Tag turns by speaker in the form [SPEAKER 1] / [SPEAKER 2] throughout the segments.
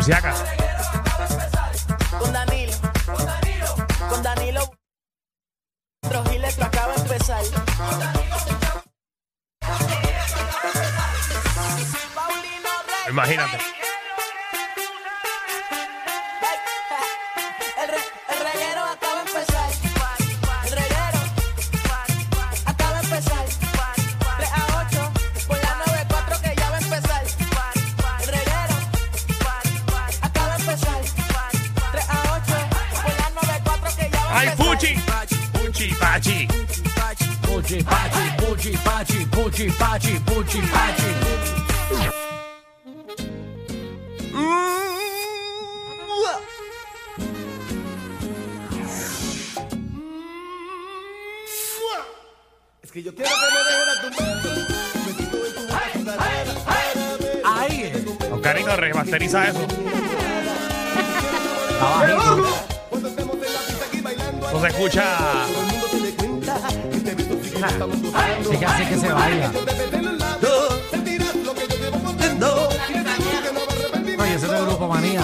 [SPEAKER 1] por si acaso.
[SPEAKER 2] Con Danilo. Con Danilo. Trujillo, esto acaba de empezar.
[SPEAKER 1] Imagínate.
[SPEAKER 2] El reguero acaba de empezar. El reguero acaba de empezar. 3 a 8 por la 94 que ya va a empezar. El reguero acaba de empezar. 3 a 8 por la 94 que ya va a
[SPEAKER 1] ¡Ay,
[SPEAKER 2] empezar.
[SPEAKER 1] Puchi! ¡Puchi, pachi!
[SPEAKER 3] Puchi, pachi, puchi, pachi, puchi, pachi, puchi, pachi.
[SPEAKER 4] Es que yo quiero que me dejes tu beso. Besito en tu boca, azucarera.
[SPEAKER 3] Ahí.
[SPEAKER 1] Oscarito, remasteriza eso.
[SPEAKER 3] Abajito.
[SPEAKER 4] Cuando estemos en la pista aquí bailando,
[SPEAKER 1] No se escucha.
[SPEAKER 4] todo el mundo se dé cuenta que este beso sí que lo estamos gozando.
[SPEAKER 3] Sí que así que se baila.
[SPEAKER 4] Yo te besé en los labios, sentirás lo que yo te voy contando. Que no va a arrepentir.
[SPEAKER 3] Oye, ese es el Grupo Manía.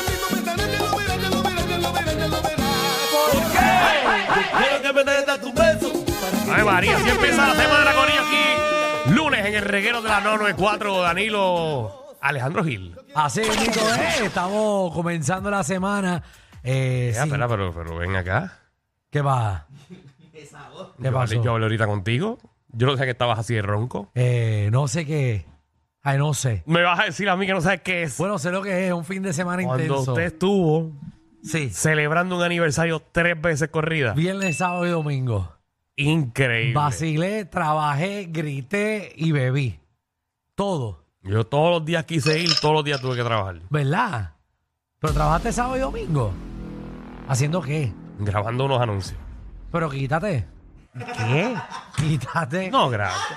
[SPEAKER 4] Quiero que me dejes tu beso.
[SPEAKER 1] Ay, María, así empieza la semana con ellos aquí. Lunes en el reguero de la 994, Danilo Alejandro Gil.
[SPEAKER 3] Así mismo es. Estamos comenzando la semana.
[SPEAKER 1] Ya,
[SPEAKER 3] Sí.
[SPEAKER 1] espera, pero ven acá.
[SPEAKER 3] ¿Qué va? ¿Qué pasó?
[SPEAKER 1] Yo hablé ahorita contigo. Yo no sé que estabas así de ronco.
[SPEAKER 3] No sé qué. Ay, no sé.
[SPEAKER 1] Me vas a decir a mí que no sabes qué es.
[SPEAKER 3] Bueno, sé lo que es. Un fin de semana
[SPEAKER 1] Cuando
[SPEAKER 3] intenso.
[SPEAKER 1] usted estuvo
[SPEAKER 3] Sí.
[SPEAKER 1] celebrando un aniversario 3 veces corrida.
[SPEAKER 3] Viernes, sábado y domingo.
[SPEAKER 1] Increíble.
[SPEAKER 3] Vacilé, trabajé, grité y bebí. Todo.
[SPEAKER 1] Yo todos los días quise ir, todos los días tuve que trabajar.
[SPEAKER 3] ¿Verdad? ¿Pero trabajaste sábado y domingo? ¿Haciendo qué?
[SPEAKER 1] Grabando unos anuncios.
[SPEAKER 3] Pero quítate.
[SPEAKER 1] ¿Qué?
[SPEAKER 3] Quítate.
[SPEAKER 1] No, gracias.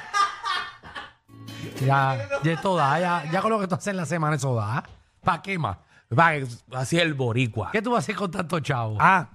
[SPEAKER 3] Ya esto da. Ya con lo que tú haces en la semana, eso da. ¿Para qué más?
[SPEAKER 1] Va, así el boricua.
[SPEAKER 3] ¿Qué tú vas a hacer con tanto chavo?
[SPEAKER 1] Ah,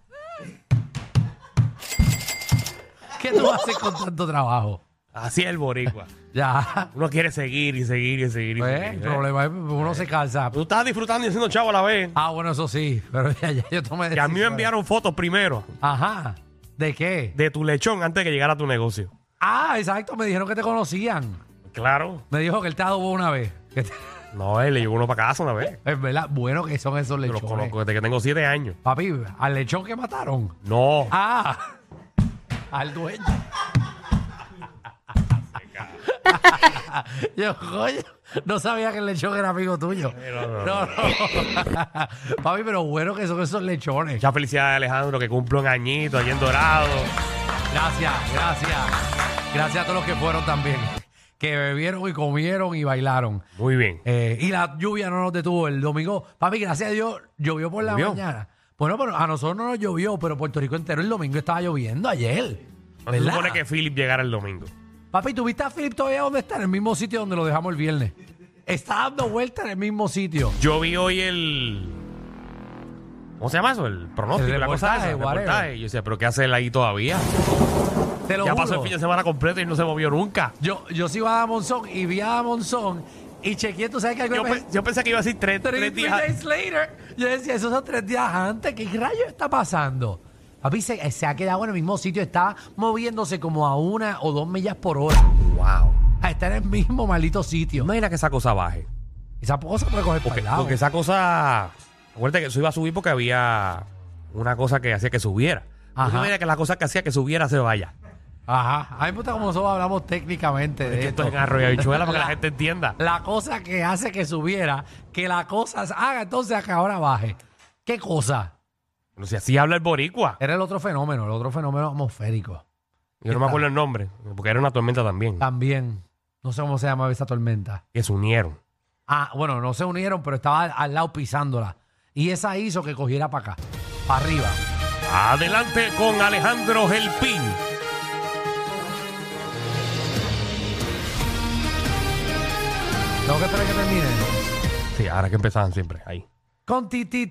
[SPEAKER 3] ¿Qué tú vas a hacer con tanto trabajo?
[SPEAKER 1] así el boricua.
[SPEAKER 3] Ya.
[SPEAKER 1] Uno quiere seguir y seguir y seguir y
[SPEAKER 3] Pues,
[SPEAKER 1] seguir.
[SPEAKER 3] el problema es que uno se calza.
[SPEAKER 1] Tú estabas disfrutando y haciendo chavo a la vez.
[SPEAKER 3] Ah, bueno, eso sí. Pero ya yo tomé
[SPEAKER 1] Y a mí me
[SPEAKER 3] decisiones.
[SPEAKER 1] enviaron fotos primero
[SPEAKER 3] Ajá. ¿De qué?
[SPEAKER 1] de tu lechón antes de que llegara a tu negocio.
[SPEAKER 3] Ah, exacto. Me dijeron que te conocían.
[SPEAKER 1] Claro.
[SPEAKER 3] Me dijo que él te adobó una vez.
[SPEAKER 1] No, él le llevó uno para casa una vez.
[SPEAKER 3] Es verdad. Bueno que son esos
[SPEAKER 1] Yo los
[SPEAKER 3] lechones.
[SPEAKER 1] conozco desde que tengo 7 años.
[SPEAKER 3] Papi, al lechón que mataron.
[SPEAKER 1] No.
[SPEAKER 3] Ah. Al dueño. Yo, coño, no sabía que el lechón era amigo tuyo.
[SPEAKER 1] No.
[SPEAKER 3] Papi, pero bueno que son esos lechones.
[SPEAKER 1] Mucha felicidad de Alejandro que cumple un añito allí en Dorado.
[SPEAKER 3] Gracias. Gracias a todos los que fueron también. Que bebieron y comieron y bailaron.
[SPEAKER 1] Muy bien.
[SPEAKER 3] Y la lluvia no nos detuvo el domingo. Papi, gracias a Dios, llovió por la
[SPEAKER 1] ¿Llovió?
[SPEAKER 3] mañana. Bueno, pero a nosotros no nos llovió, pero Puerto Rico entero el domingo estaba lloviendo ayer.
[SPEAKER 1] No se
[SPEAKER 3] ¿Verdad?
[SPEAKER 1] supone que Philip llegara el domingo.
[SPEAKER 3] Papi, ¿tú viste a Philip todavía donde está? En el mismo sitio donde lo dejamos el viernes. Está dando vueltas en el mismo sitio.
[SPEAKER 1] Yo vi hoy el... ¿Cómo se llama eso? El pronóstico,
[SPEAKER 3] El
[SPEAKER 1] la cosa
[SPEAKER 3] reportaje,
[SPEAKER 1] esa, el
[SPEAKER 3] whatever.
[SPEAKER 1] reportaje. Y yo decía, ¿pero qué hace él ahí todavía?
[SPEAKER 3] Te lo
[SPEAKER 1] Ya
[SPEAKER 3] juro.
[SPEAKER 1] pasó el fin de semana completo y no se movió nunca.
[SPEAKER 3] Yo sí iba a Monzón y vi a Monzón y chequeé, tú sabes que algo
[SPEAKER 1] Yo pensé que iba a decir tres
[SPEAKER 3] Three
[SPEAKER 1] días.
[SPEAKER 3] days later. Yo decía, esos son 3 días antes. ¿Qué rayos está pasando? Papi, se ha quedado en el mismo sitio. Está moviéndose como a 1 o 2 millas por hora.
[SPEAKER 1] Wow.
[SPEAKER 3] Está en el mismo maldito sitio.
[SPEAKER 1] Imagina que esa cosa baje.
[SPEAKER 3] Esa cosa puede coger para
[SPEAKER 1] Porque,
[SPEAKER 3] el lado.
[SPEAKER 1] porque esa cosa... Acuérdate que eso iba a subir porque había una cosa que hacía que subiera.
[SPEAKER 3] Ajá.
[SPEAKER 1] Tú imagina que la cosa que hacía que subiera se vaya.
[SPEAKER 3] Ajá. A mí me gusta como nosotros hablamos técnicamente de
[SPEAKER 1] Es que esto
[SPEAKER 3] esto.
[SPEAKER 1] es en arroyo y habichuela para que la gente entienda.
[SPEAKER 3] La cosa que hace que subiera, que la cosa haga entonces que ahora baje. ¿Qué cosa?
[SPEAKER 1] No sé, así habla el boricua.
[SPEAKER 3] Era el otro fenómeno atmosférico.
[SPEAKER 1] Yo no me acuerdo el nombre, porque era una tormenta también.
[SPEAKER 3] También. No sé cómo se llamaba esa tormenta.
[SPEAKER 1] Que se unieron.
[SPEAKER 3] Ah, bueno, no se unieron, pero estaba al lado pisándola. Y esa hizo que cogiera para acá, para arriba.
[SPEAKER 1] Adelante con Alejandro Gelpín.
[SPEAKER 3] Tengo que esperar que termine.
[SPEAKER 1] Sí, ahora que empezaban siempre, ahí.
[SPEAKER 3] Con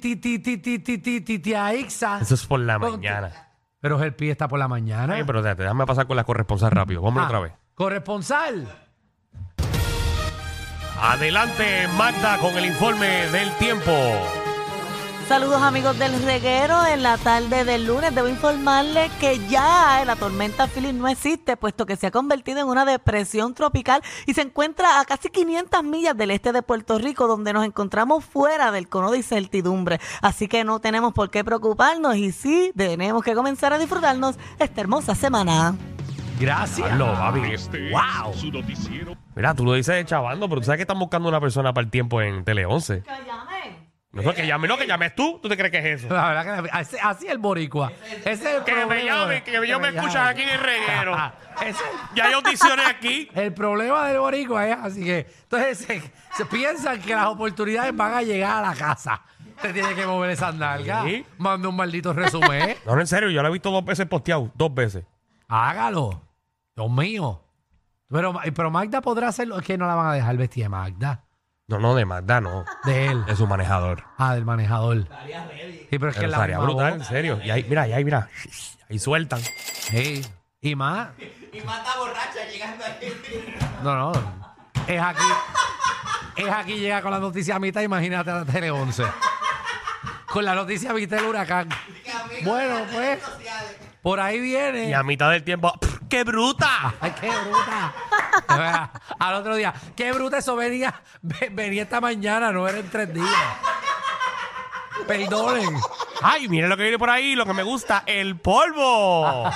[SPEAKER 3] tía Ixa.
[SPEAKER 1] Eso es por la
[SPEAKER 3] Con-
[SPEAKER 1] mañana.
[SPEAKER 3] Pero el pie está por la mañana.
[SPEAKER 1] Pero déjame pasar con la corresponsal rápido. Vamos otra vez.
[SPEAKER 3] Corresponsal.
[SPEAKER 1] Adelante, Magda, con el informe del tiempo.
[SPEAKER 5] Saludos amigos del reguero. En la tarde del lunes debo informarles que ya la tormenta Philip no existe, puesto que se ha convertido en una depresión tropical y se encuentra a casi 500 millas del este de Puerto Rico, donde nos encontramos fuera del cono de incertidumbre. Así que no tenemos por qué preocuparnos y sí tenemos que comenzar a disfrutarnos esta hermosa semana.
[SPEAKER 3] Gracias.
[SPEAKER 1] Hazlo, papi.
[SPEAKER 3] Wow.
[SPEAKER 1] Mira, tú lo dices chavando, pero tú sabes que están buscando una persona para el tiempo en Tele 11.
[SPEAKER 5] Que llamen.
[SPEAKER 1] No, que llames tú. ¿Tú te crees que es eso?
[SPEAKER 3] La verdad que así es el boricua. Ese es el
[SPEAKER 1] Que me
[SPEAKER 3] problema.
[SPEAKER 1] llamen, que yo me escuchas aquí en el reguero.
[SPEAKER 3] Ese-
[SPEAKER 1] Ya hay audiciones aquí.
[SPEAKER 3] El problema del boricua es así que entonces se piensan que las oportunidades van a llegar a la casa. Usted tiene que mover esa nalga.
[SPEAKER 1] Sí.
[SPEAKER 3] Mande un maldito resumen.
[SPEAKER 1] No, en serio, yo lo he visto 2 veces posteado. 2 veces.
[SPEAKER 3] Hágalo. Dios mío. Pero Magda podrá hacerlo. Es que no la van a dejar vestir de Magda.
[SPEAKER 1] No, de Magda, no.
[SPEAKER 3] De él.
[SPEAKER 1] De su manejador.
[SPEAKER 3] Del manejador. Sí, pero es que
[SPEAKER 1] Pero
[SPEAKER 3] la
[SPEAKER 1] estaría
[SPEAKER 3] misma
[SPEAKER 1] brutal,
[SPEAKER 3] voz.
[SPEAKER 1] en serio. Y ahí, mira. Ahí sueltan.
[SPEAKER 3] Sí. Y más.
[SPEAKER 2] Y mata borracha llegando aquí.
[SPEAKER 3] No. Es aquí. Es aquí llega con la noticia a mitad. Imagínate a la Tele 11. Con la noticia a mitad del huracán. Bueno, pues. Por ahí viene.
[SPEAKER 1] Y a mitad del tiempo, ¡qué bruta!
[SPEAKER 3] ¡Ay, qué bruta! Al otro día, ¡qué bruta! Eso venía esta mañana, no era en 3 días. Perdonen.
[SPEAKER 1] ¡Ay, miren lo que viene por ahí! Lo que me gusta, el polvo.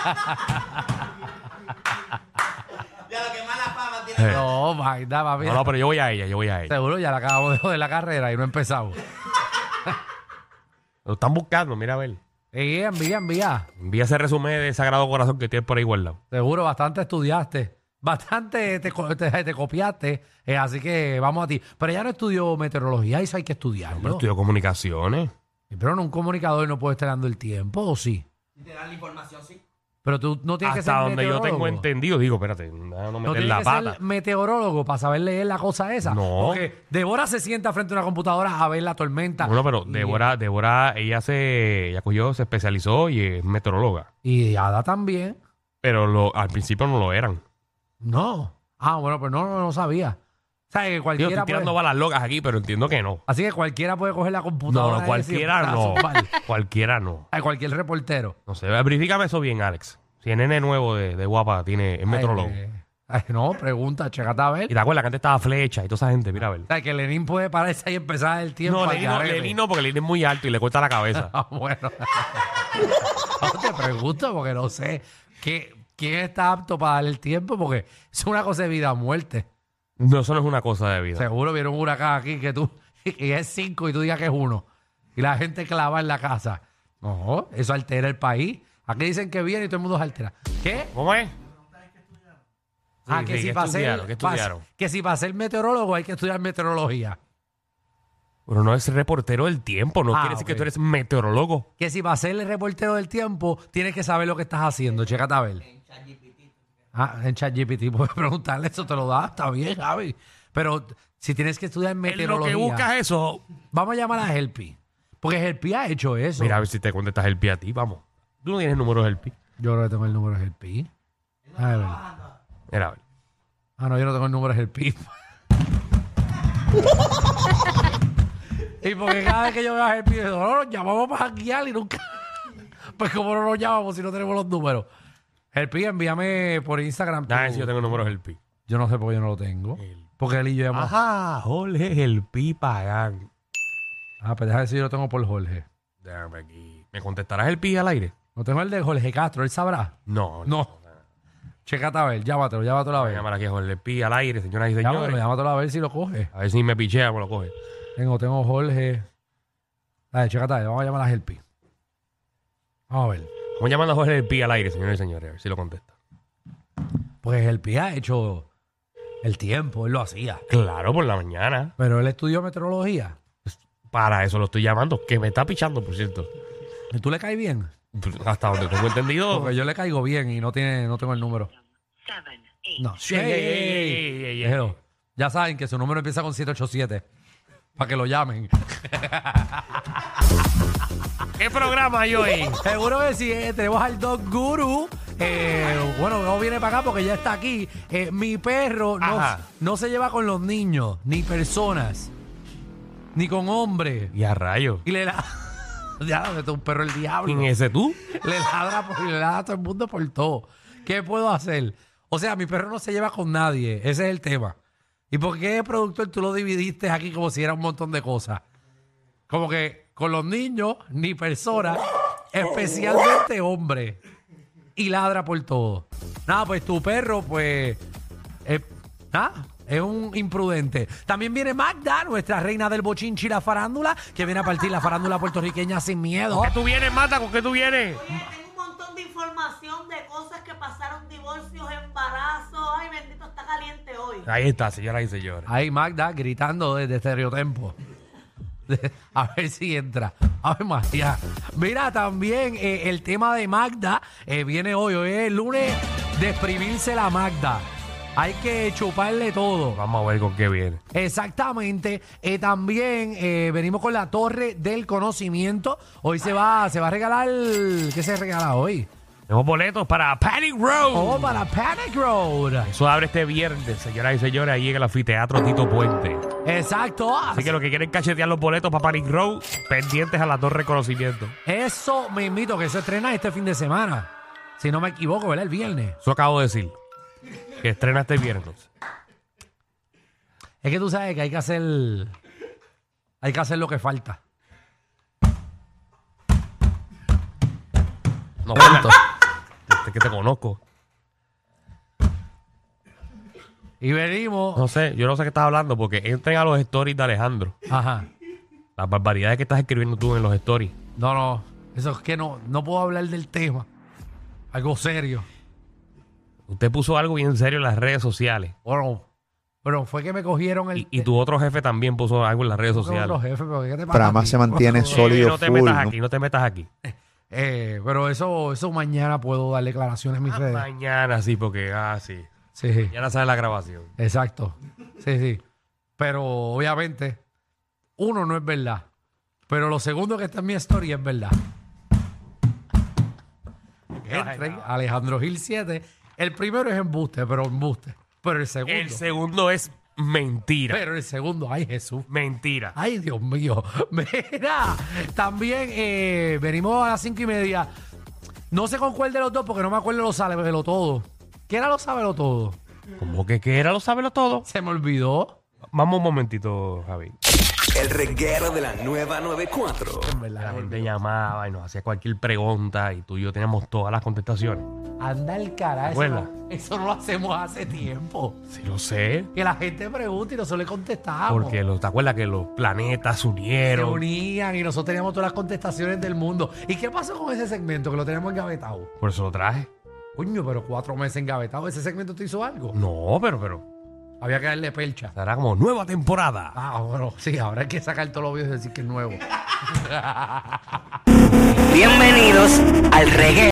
[SPEAKER 2] Ya lo que más la fama tiene.
[SPEAKER 3] No, Magda, papi.
[SPEAKER 1] No, pero yo voy a ella.
[SPEAKER 3] Seguro ya la acabamos de joder la carrera y no empezamos.
[SPEAKER 1] Lo están buscando, mira a ver.
[SPEAKER 3] Envía.
[SPEAKER 1] Envía ese resumen de Sagrado Corazón que tienes por ahí guardado.
[SPEAKER 3] Seguro, bastante estudiaste. Bastante te copiaste. Así que vamos a ti. Pero ella no estudió meteorología, eso hay que estudiarlo.
[SPEAKER 1] Pero estudió comunicaciones.
[SPEAKER 3] Pero no, un comunicador no puede estar dando el tiempo, ¿o sí?
[SPEAKER 2] Si te dan la información, sí.
[SPEAKER 3] Pero tú no tienes que ser
[SPEAKER 1] Hasta donde yo
[SPEAKER 3] meteorólogo.
[SPEAKER 1] tengo entendido. Digo, espérate, no
[SPEAKER 3] No
[SPEAKER 1] meter
[SPEAKER 3] tienes
[SPEAKER 1] la
[SPEAKER 3] que
[SPEAKER 1] pata.
[SPEAKER 3] ser meteorólogo para saber leer la cosa esa.
[SPEAKER 1] No.
[SPEAKER 3] Porque Débora se sienta frente a una computadora a ver la tormenta.
[SPEAKER 1] Bueno, pero
[SPEAKER 3] Y-
[SPEAKER 1] Débora, ella se especializó y es meteoróloga.
[SPEAKER 3] Y Ada también.
[SPEAKER 1] Pero al principio no lo eran.
[SPEAKER 3] No. Bueno, pues no sabía. O sea, que
[SPEAKER 1] Digo,
[SPEAKER 3] cualquiera
[SPEAKER 1] estoy tirando balas locas aquí, pero entiendo que no.
[SPEAKER 3] Así que cualquiera puede coger la computadora.
[SPEAKER 1] No,
[SPEAKER 3] y
[SPEAKER 1] cualquiera
[SPEAKER 3] decir,
[SPEAKER 1] no.
[SPEAKER 3] "Zumbar".
[SPEAKER 1] Cualquiera no.
[SPEAKER 3] Ay, cualquier reportero.
[SPEAKER 1] No sé, verifícame eso bien, Alex. Si el nene nuevo de Guapa es meteorólogo.
[SPEAKER 3] No, pregunta, checate a ver.
[SPEAKER 1] Y te acuerdas que antes estaba Flecha y toda esa gente, mira a ver.
[SPEAKER 3] O sea, que Lenin puede pararse ahí y empezar el tiempo.
[SPEAKER 1] No,
[SPEAKER 3] al garete.
[SPEAKER 1] Lenin no, porque Lenin es muy alto y le corta la cabeza.
[SPEAKER 3] Bueno. No te pregunto porque no sé quién está apto para darle el tiempo porque es una cosa de vida o muerte.
[SPEAKER 1] No, eso no es una cosa de vida.
[SPEAKER 3] Seguro vieron un huracán aquí que y es 5 y tú digas que es 1 y la gente clava en la casa. No, eso altera el país. Aquí dicen que viene y todo el mundo se altera. ¿Qué?
[SPEAKER 1] ¿Cómo es?
[SPEAKER 3] Que
[SPEAKER 1] sí,
[SPEAKER 3] si
[SPEAKER 1] ¿qué
[SPEAKER 3] para
[SPEAKER 1] estudiaron?
[SPEAKER 3] ser,
[SPEAKER 1] ¿Qué estudiaron?
[SPEAKER 3] que si para ser meteorólogo hay que estudiar meteorología.
[SPEAKER 1] Pero no es reportero del tiempo, no quiere decir
[SPEAKER 3] ok.
[SPEAKER 1] que tú eres meteorólogo.
[SPEAKER 3] Que si para ser el reportero del tiempo tienes que saber lo que estás haciendo. Chécate a ver. En ChatGPT puedes preguntarle, eso te lo da, está bien, Javi. Pero si tienes que estudiar
[SPEAKER 1] En lo
[SPEAKER 3] meteorología,
[SPEAKER 1] que buscas eso.
[SPEAKER 3] vamos a llamar a Helpi. Porque Helpi ha hecho eso.
[SPEAKER 1] Mira, a ver si te contestas el pie a ti, vamos. Tú no tienes el número del pie.
[SPEAKER 3] Yo creo que tengo el número de Helpi. A ver.
[SPEAKER 1] Mira, a ver.
[SPEAKER 3] No, yo no tengo el número de Helpi. Y porque cada vez que yo veo a Helpi, digo, no, nos llamamos para guiar y nunca. Pues como no nos llamamos si no tenemos los números. Helpi, envíame por Instagram.
[SPEAKER 1] Déjame ver si yo tengo el número del pie.
[SPEAKER 3] Yo no sé por qué yo no lo tengo. Porque él y yo llamamos.
[SPEAKER 1] Ajá, Jorge el Pi Pagán.
[SPEAKER 3] Pues déjame ver si yo lo tengo por Jorge.
[SPEAKER 1] Déjame aquí. ¿Me contestarás el Pi al aire?
[SPEAKER 3] No tengo el de Jorge Castro, él sabrá.
[SPEAKER 1] No.
[SPEAKER 3] No. Chécate a ver, llámatelo a
[SPEAKER 1] Voy
[SPEAKER 3] la
[SPEAKER 1] a
[SPEAKER 3] vez.
[SPEAKER 1] llamar aquí a Jorge el Pi al aire, señoras y
[SPEAKER 3] Llámatelo,
[SPEAKER 1] señores.
[SPEAKER 3] llámatelo a ver si lo coge.
[SPEAKER 1] A ver si me pichea, me lo coge.
[SPEAKER 3] Tengo Jorge. Dale, chécate a ver, vamos a llamar a Helpi. Vamos a ver.
[SPEAKER 1] Vamos llamando a Jorge el Pi al aire, señores y señores, a ver si lo contesta.
[SPEAKER 3] Pues Helpi ha hecho el tiempo, él lo hacía.
[SPEAKER 1] Claro, por la mañana.
[SPEAKER 3] Pero él estudió meteorología.
[SPEAKER 1] Para eso lo estoy llamando, que me está pichando, por cierto.
[SPEAKER 3] ¿Y tú le caes bien?
[SPEAKER 1] Hasta donde tengo entendido.
[SPEAKER 3] Porque yo le caigo bien y no tengo el número. No.
[SPEAKER 1] Ey, ey, ey, ey, ey, ey.
[SPEAKER 3] Déjelo. Ya saben que su número empieza con 787. para que lo llamen.
[SPEAKER 1] ¿Qué programa hay hoy?
[SPEAKER 3] Seguro que sí, tenemos al Dog Guru. Bueno, no viene para acá porque ya está aquí. Mi perro no se lleva con los niños, ni personas, ni con hombres.
[SPEAKER 1] Y a rayos.
[SPEAKER 3] Y le da... Ya, es un perro el diablo.
[SPEAKER 1] ¿Quién es ese tú?
[SPEAKER 3] Le ladra a todo el mundo por todo. ¿Qué puedo hacer? O sea, mi perro no se lleva con nadie. Ese es el tema. ¿Y por qué, productor, tú lo dividiste aquí como si era un montón de cosas? Como que con los niños, ni personas, especialmente hombres. Y ladra por todo. Nada, pues tu perro, pues... es un imprudente. También viene Magda, nuestra reina del bochinchi y la farándula, que viene a partir la farándula puertorriqueña sin miedo.
[SPEAKER 1] ¿Con qué tú vienes, Mata? ¿Con qué tú vienes?
[SPEAKER 5] Oye, tengo un montón de información de cosas que pasaron, divorcios, embarazos. Ay, bendito, está caliente hoy.
[SPEAKER 1] Ahí está, señoras y señores.
[SPEAKER 3] Ahí Magda gritando desde Estereotempo. A ver si entra. A ver, María. Mira, también el tema de Magda viene hoy. Hoy es el lunes de exprimirse la Magda. Hay que chuparle todo.
[SPEAKER 1] Vamos a ver con qué viene.
[SPEAKER 3] Exactamente. También venimos con la Torre del Conocimiento. Hoy se va a regalar... ¿Qué se regala hoy?
[SPEAKER 1] Tenemos boletos para Panic Road.
[SPEAKER 3] Oh, para Panic Road.
[SPEAKER 1] Eso abre este viernes, señoras y señores, ahí en el anfiteatro Tito Puente.
[SPEAKER 3] Exacto.
[SPEAKER 1] Así que los que quieren cachetear los boletos para Panic Road, pendientes a la Torre de Conocimiento.
[SPEAKER 3] Eso me invito, que se estrena este fin de semana. Si no me equivoco, ¿verdad? El viernes.
[SPEAKER 1] Eso acabo de decir. Que estrena este viernes.
[SPEAKER 3] Es que tú sabes que hay que hacer lo que falta.
[SPEAKER 1] No, bueno, que te conozco.
[SPEAKER 3] Y venimos.
[SPEAKER 1] No sé, yo no sé qué estás hablando porque entren a los stories de Alejandro.
[SPEAKER 3] Ajá.
[SPEAKER 1] Las barbaridades que estás escribiendo tú en los stories.
[SPEAKER 3] No. Eso es que no puedo hablar del tema. Algo serio.
[SPEAKER 1] Usted puso algo bien serio en las redes sociales.
[SPEAKER 3] Bueno, pero fue que me cogieron el...
[SPEAKER 1] Y tu otro jefe también puso algo en las redes sociales.
[SPEAKER 3] Los jefes, pero ¿qué te pasa
[SPEAKER 6] Pero
[SPEAKER 3] a
[SPEAKER 6] además
[SPEAKER 3] ti?
[SPEAKER 6] se mantiene sólido
[SPEAKER 1] no te
[SPEAKER 6] full,
[SPEAKER 1] metas
[SPEAKER 6] ¿no?
[SPEAKER 1] aquí, no te metas aquí.
[SPEAKER 3] Pero eso mañana puedo dar declaraciones en mis redes.
[SPEAKER 1] Mañana sí, porque sí.
[SPEAKER 3] Sí,
[SPEAKER 1] Mañana sale la grabación.
[SPEAKER 3] exacto. Sí. Pero obviamente, uno no es verdad. Pero lo segundo que está en mi story es verdad. Entren, Alejandro Gil 7. El primero es embuste. Pero el segundo.
[SPEAKER 1] El segundo es mentira.
[SPEAKER 3] Pero el segundo, ay Jesús.
[SPEAKER 1] Mentira.
[SPEAKER 3] Ay, Dios mío. Mira, también venimos a las 5:30. No sé con cuál de los dos, porque no me acuerdo lo sábelo todo. ¿Qué era lo sábelo todo?
[SPEAKER 1] ¿Cómo que qué era? ¿Lo sábelo todo?
[SPEAKER 3] Se me olvidó.
[SPEAKER 1] Vamos un momentito, Javi.
[SPEAKER 7] El reguero de la nueva 94.
[SPEAKER 3] En verdad,
[SPEAKER 1] La
[SPEAKER 3] se me
[SPEAKER 1] gente
[SPEAKER 3] olvidó.
[SPEAKER 1] llamaba y nos hacía cualquier pregunta y tú y yo teníamos todas las contestaciones.
[SPEAKER 3] Anda el carajo.
[SPEAKER 1] ¿Recuerda?
[SPEAKER 3] Eso no lo hacemos hace tiempo.
[SPEAKER 1] Sí, lo sé.
[SPEAKER 3] Que la gente pregunta y nosotros le contestamos.
[SPEAKER 1] Porque ¿te acuerdas que los planetas se
[SPEAKER 3] se
[SPEAKER 1] unieron?
[SPEAKER 3] unían y nosotros teníamos todas las contestaciones del mundo. ¿Y qué pasó con ese segmento que lo teníamos engavetado?
[SPEAKER 1] Por eso lo traje.
[SPEAKER 3] Coño, pero 4 meses engavetado. ¿Ese segmento te hizo algo?
[SPEAKER 1] No, pero
[SPEAKER 3] Había que darle percha.
[SPEAKER 1] será como nueva temporada.
[SPEAKER 3] Bueno, sí, ahora hay que sacar todos los videos y decir que es nuevo.
[SPEAKER 8] Bienvenidos al reguero.